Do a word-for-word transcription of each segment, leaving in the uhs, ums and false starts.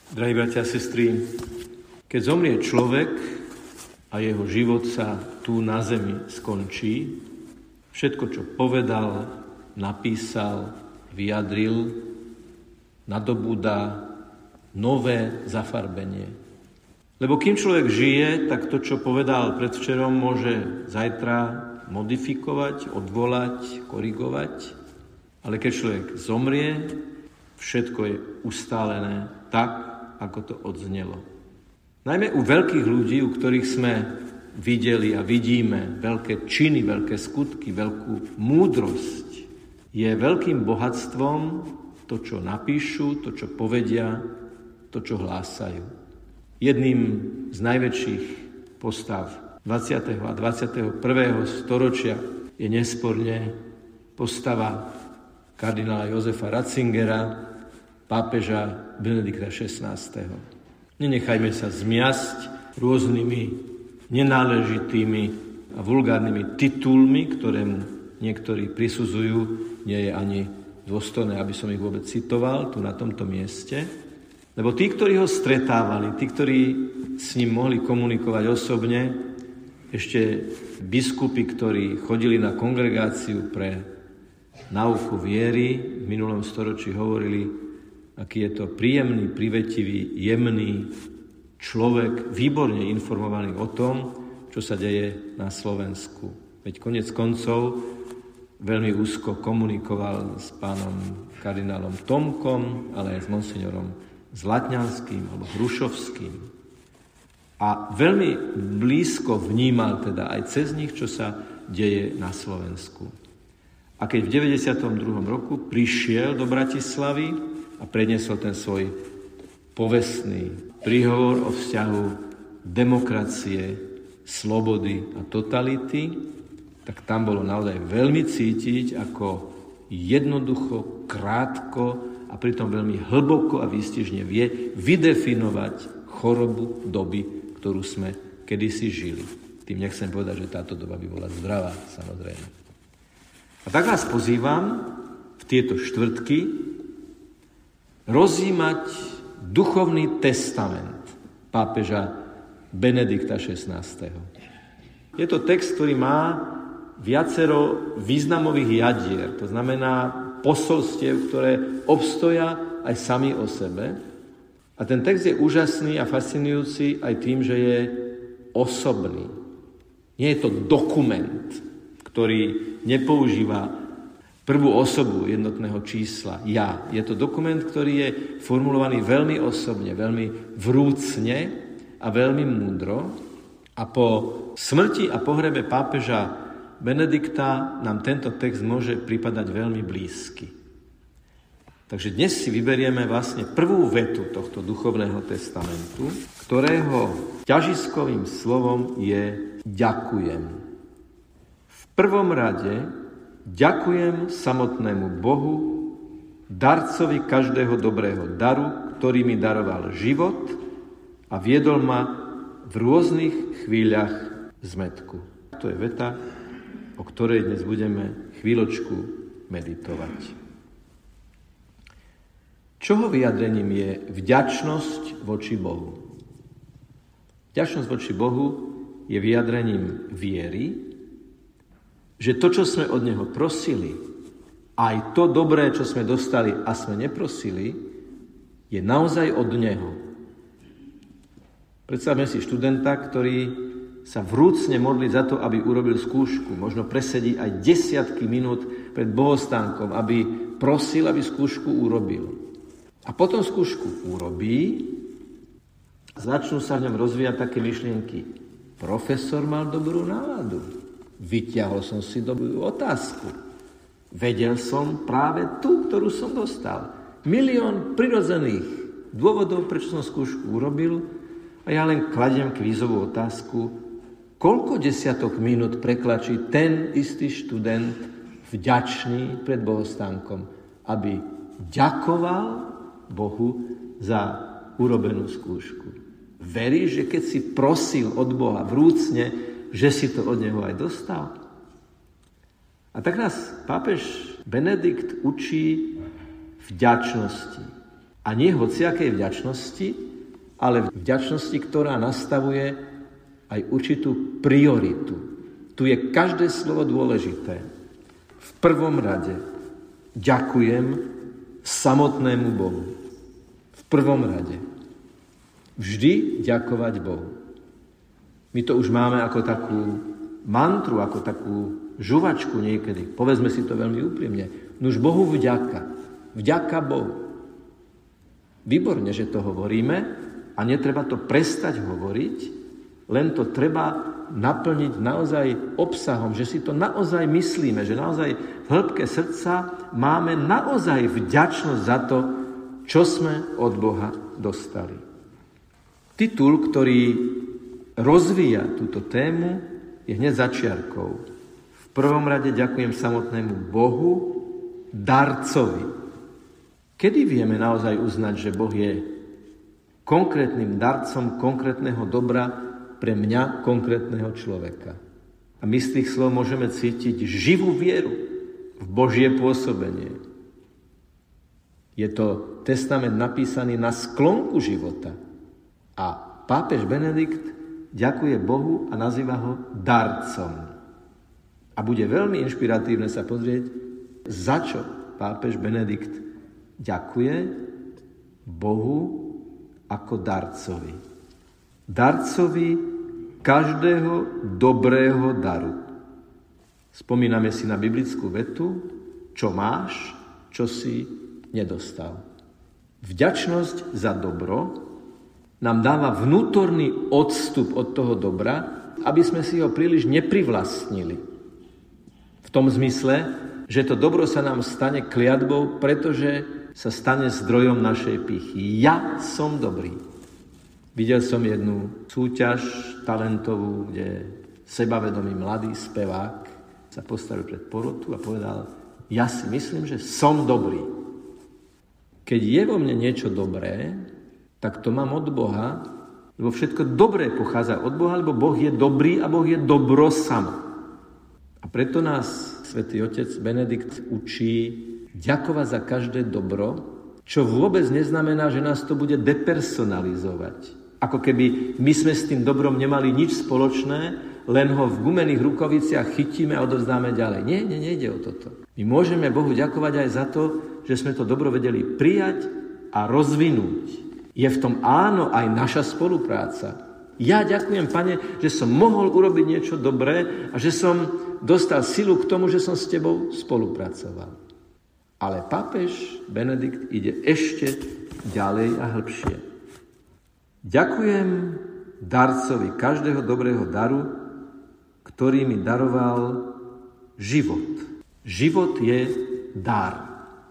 Drahí bratia a sestry, keď zomrie človek a jeho život sa tu na zemi skončí, všetko, čo povedal, napísal, vyjadril, nadobúda nové zafarbenie. Lebo kým človek žije, tak to, čo povedal predvčerom, môže zajtra modifikovať, odvolať, korigovať. Ale keď človek zomrie, všetko je ustálené tak, ako to odznelo. Najmä u veľkých ľudí, u ktorých sme videli a vidíme veľké činy, veľké skutky, veľkú múdrosť, je veľkým bohatstvom to, čo napíšu, to, čo povedia, to, čo hlásajú. Jedným z najväčších postav dvadsiateho a dvadsiateho prvého storočia je nesporne postava kardinála Jozefa Ratzingera, pápeža Benedikta šestnásteho. Nenechajme sa zmiasť rôznymi nenáležitými a vulgárnymi titulmi, ktoré mu niektorí prisudzujú. Nie je ani dôstojné, aby som ich vôbec citoval tu na tomto mieste. Lebo tí, ktorí ho stretávali, tí, ktorí s ním mohli komunikovať osobne, ešte biskupy, ktorí chodili na kongregáciu pre náuku viery, v minulom storočí hovorili, aký je to príjemný, privetivý, jemný človek, výborne informovaný o tom, čo sa deje na Slovensku. Veď konec koncov veľmi úzko komunikoval s pánom kardinálom Tomkom, ale aj s monsignorom Zlatňanským alebo Hrušovským. A veľmi blízko vnímal teda aj cez nich, čo sa deje na Slovensku. A keď v deväťdesiatom druhom roku prišiel do Bratislavy a predniesol ten svoj povestný príhovor o vzťahu demokracie, slobody a totality, tak tam bolo naozaj veľmi cítiť, ako jednoducho, krátko a pritom veľmi hlboko a výstižne vie vydefinovať chorobu doby, ktorú sme kedysi žili. Tým nechcem povedať, že táto doba by bola zdravá, samozrejme. A tak vás pozývam v tieto štvrtky rozjímať duchovný testament pápeža Benedikta šestnásteho. Je to text, ktorý má viacero významových jadier, to znamená posolstiev, ktoré obstoja aj sami o sebe. A ten text je úžasný a fascinujúci aj tým, že je osobný. Nie je to dokument, ktorý nepoužíva prvú osobu jednotného čísla, ja. Je to dokument, ktorý je formulovaný veľmi osobne, veľmi vrúcne a veľmi múdro. A po smrti a pohrebe pápeža Benedikta nám tento text môže pripadať veľmi blízky. Takže dnes si vyberieme vlastne prvú vetu tohto duchovného testamentu, ktorého ťažiskovým slovom je ďakujem. V prvom rade ďakujem samotnému Bohu, darcovi každého dobrého daru, ktorý mi daroval život a viedol ma v rôznych chvíľach zmätku. To je veta, o ktorej dnes budeme chvíľočku meditovať. Čoho vyjadrením je vďačnosť voči Bohu? Vďačnosť voči Bohu je vyjadrením viery, že to, čo sme od Neho prosili, aj to dobré, čo sme dostali a sme neprosili, je naozaj od Neho. Predstavme si študenta, ktorý sa vrúcne modlí za to, aby urobil skúšku. Možno presedí aj desiatky minút pred bohostánkom, aby prosil, aby skúšku urobil. A potom skúšku urobí a začnú sa v ňom rozvíjať také myšlienky. Profesor mal dobrú náladu. Vyťahol som si dobrú otázku. Vedel som práve tú, ktorú som dostal. Milión prirodzených dôvodov, prečo som skúšku urobil, a ja len kladiem kvízovú otázku, koľko desiatok minút preklačí ten istý študent vďačný pred bohostánkom, aby ďakoval Bohu za urobenú skúšku. Veríš, že keď si prosil od Boha vrúcne, že si to od Neho aj dostal? A tak nás pápež Benedikt učí vďačnosti. A nie hociakej vďačnosti, ale vďačnosti, ktorá nastavuje aj určitú prioritu. Tu je každé slovo dôležité. V prvom rade ďakujem samotnému Bohu. V prvom rade. Vždy ďakovať Bohu. My to už máme ako takú mantru, ako takú žuvačku niekedy. Povedzme si to veľmi úprimne. Nuž Bohu vďaka. Vďaka Bohu. Výborne, že to hovoríme a netreba to prestať hovoriť, len to treba naplniť naozaj obsahom, že si to naozaj myslíme, že naozaj v hĺbke srdca máme naozaj vďačnosť za to, čo sme od Boha dostali. Titul, ktorý rozvíja túto tému, je hneď začiarkou. V prvom rade ďakujem samotnému Bohu, darcovi. Kedy vieme naozaj uznať, že Boh je konkrétnym darcom konkrétneho dobra pre mňa, konkrétneho človeka? A my z tých slov môžeme cítiť živú vieru v Božie pôsobenie. Je to testament napísaný na sklonku života. A pápež Benedikt ďakuje Bohu a nazýva ho darcom. A bude veľmi inšpiratívne sa pozrieť, za čo pápež Benedikt ďakuje Bohu ako darcovi. Darcovi každého dobrého daru. Spomíname si na biblickú vetu, čo máš, čo si nedostal. Vďačnosť za dobro nám dáva vnútorný odstup od toho dobra, aby sme si ho príliš neprivlastnili. V tom zmysle, že to dobro sa nám stane kliatbou, pretože sa stane zdrojom našej pýchy. Ja som dobrý. Videl som jednu súťaž talentovú, kde sebavedomý mladý spevák sa postavil pred porotu a povedal, ja si myslím, že som dobrý. Keď je vo mne niečo dobré, tak to mám od Boha, lebo všetko dobré pochádza od Boha, lebo Boh je dobrý a Boh je dobro samo. A preto nás svätý otec Benedikt učí ďakovať za každé dobro, čo vôbec neznamená, že nás to bude depersonalizovať. Ako keby my sme s tým dobrom nemali nič spoločné, len ho v gumených rukoviciach chytíme a odovzdáme ďalej. Nie, nie, nejde o toto. My môžeme Bohu ďakovať aj za to, že sme to dobro vedeli prijať a rozvinúť. Je v tom áno aj naša spolupráca. Ja ďakujem, Pane, že som mohol urobiť niečo dobré a že som dostal silu k tomu, že som s tebou spolupracoval. Ale pápež Benedikt ide ešte ďalej a hlbšie. Ďakujem darcovi každého dobrého daru, ktorý mi daroval život. Život je dar.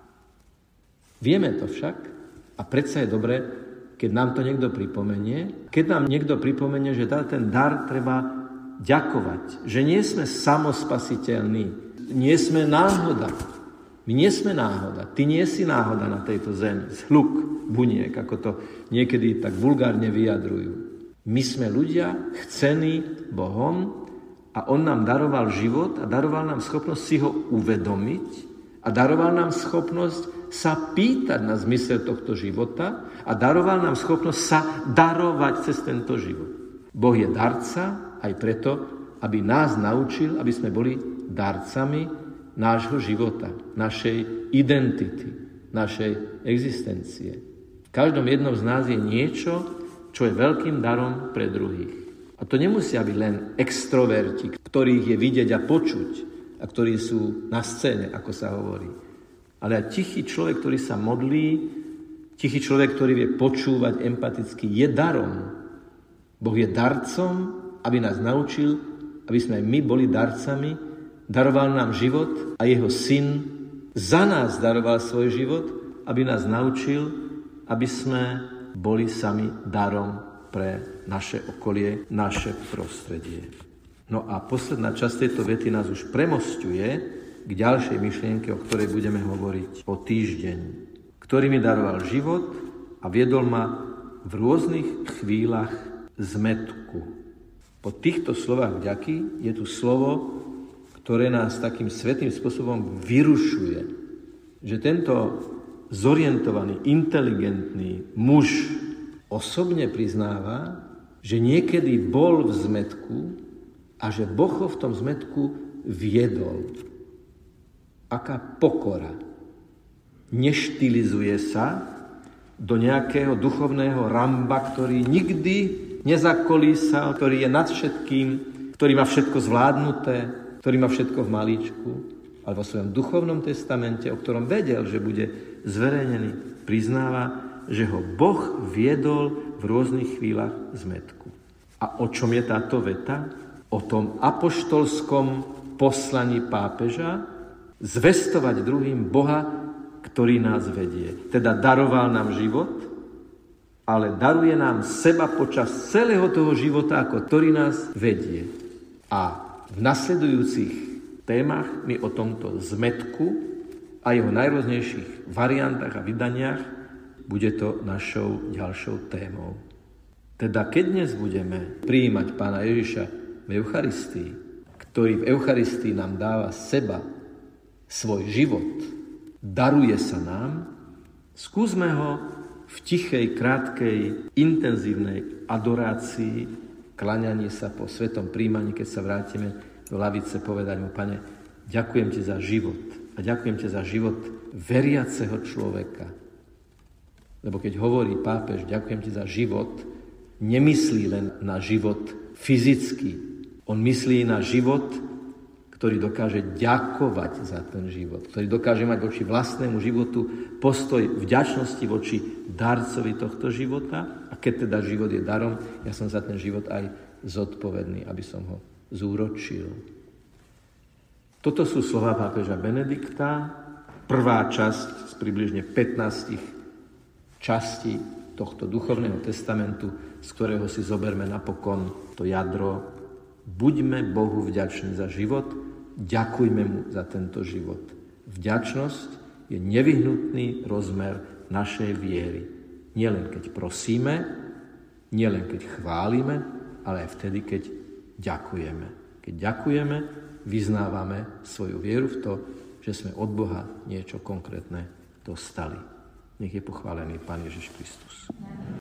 Vieme to však a predsa je dobré, keď nám to niekto pripomenie, keď nám niekto pripomenie, že ten dar treba ďakovať, že nie sme samospasiteľní, nie sme náhoda. My nie sme náhoda. Ty nie si náhoda na tejto zemi. Zhluk buniek, ako to niekedy tak vulgárne vyjadrujú. My sme ľudia chcení Bohom a On nám daroval život a daroval nám schopnosť si ho uvedomiť a daroval nám schopnosť sa pýtať na zmysel tohto života a daroval nám schopnosť sa darovať cez tento život. Boh je darca aj preto, aby nás naučil, aby sme boli darcami nášho života, našej identity, našej existencie. V každom jednom z nás je niečo, čo je veľkým darom pre druhých. A to nemusia byť len extroverti, ktorých je vidieť a počuť a ktorí sú na scéne, ako sa hovorí. Ale aj tichý človek, ktorý sa modlí, tichý človek, ktorý vie počúvať empaticky, je darom. Boh je darcom, aby nás naučil, aby sme aj my boli darcami. Daroval nám život a jeho syn za nás daroval svoj život, aby nás naučil, aby sme boli sami darom pre naše okolie, naše prostredie. No a posledná časť tejto vety nás už premosťuje k ďalšej myšlienke, o ktorej budeme hovoriť o týždeň, ktorý mi daroval život a viedol ma v rôznych chvíľach zmätku. Po týchto slovách vďaky je tu slovo, ktoré nás takým svätým spôsobom vyrušuje. Že tento zorientovaný, inteligentný muž osobne priznáva, že niekedy bol v zmätku a že Boh ho v tom zmätku viedol. Aká pokora. Neštilizuje sa do nejakého duchovného ramba, ktorý nikdy nezakolísal, ktorý je nad všetkým, ktorý má všetko zvládnuté, ktorý má všetko v malíčku, ale vo svojom duchovnom testamente, o ktorom vedel, že bude zverejnený, priznáva, že ho Boh viedol v rôznych chvíľach zmätku. A o čom je táto veta? O tom apoštolskom poslaní pápeža zvestovať druhým Boha, ktorý nás vedie. Teda daroval nám život, ale daruje nám seba počas celého toho života, ako ktorý nás vedie. A v nasledujúcich témach my o tomto zmätku a jeho najrôznejších variantách a vydaniach bude to našou ďalšou témou. Teda keď dnes budeme prijímať Pána Ježiša v Eucharistii, ktorý v Eucharistii nám dáva seba, svoj život, daruje sa nám, skúsme ho v tichej, krátkej, intenzívnej adorácii, klaňaní sa po svetom príjmaní, keď sa vrátime do lavice, povedať mu: Pane, ďakujem ti za život a ďakujem ti za život veriaceho človeka. Lebo keď hovorí pápež, ďakujem ti za život, nemyslí len na život fyzický. On myslí na život, ktorý dokáže ďakovať za ten život, ktorý dokáže mať voči vlastnému životu postoj vďačnosti voči darcovi tohto života. A keď teda život je darom, ja som za ten život aj zodpovedný, aby som ho zúročil. Toto sú slova pápeža Benedikta, prvá časť z približne pätnástich častí tohto duchovného testamentu, z ktorého si zoberme napokon to jadro. Buďme Bohu vďační za život, ďakujme mu za tento život. Vďačnosť je nevyhnutný rozmer našej viery. Nielen keď prosíme, nielen keď chválime, ale aj vtedy, keď ďakujeme. Keď ďakujeme, vyznávame svoju vieru v to, že sme od Boha niečo konkrétne dostali. Nech je pochválený Pán Ježiš Kristus.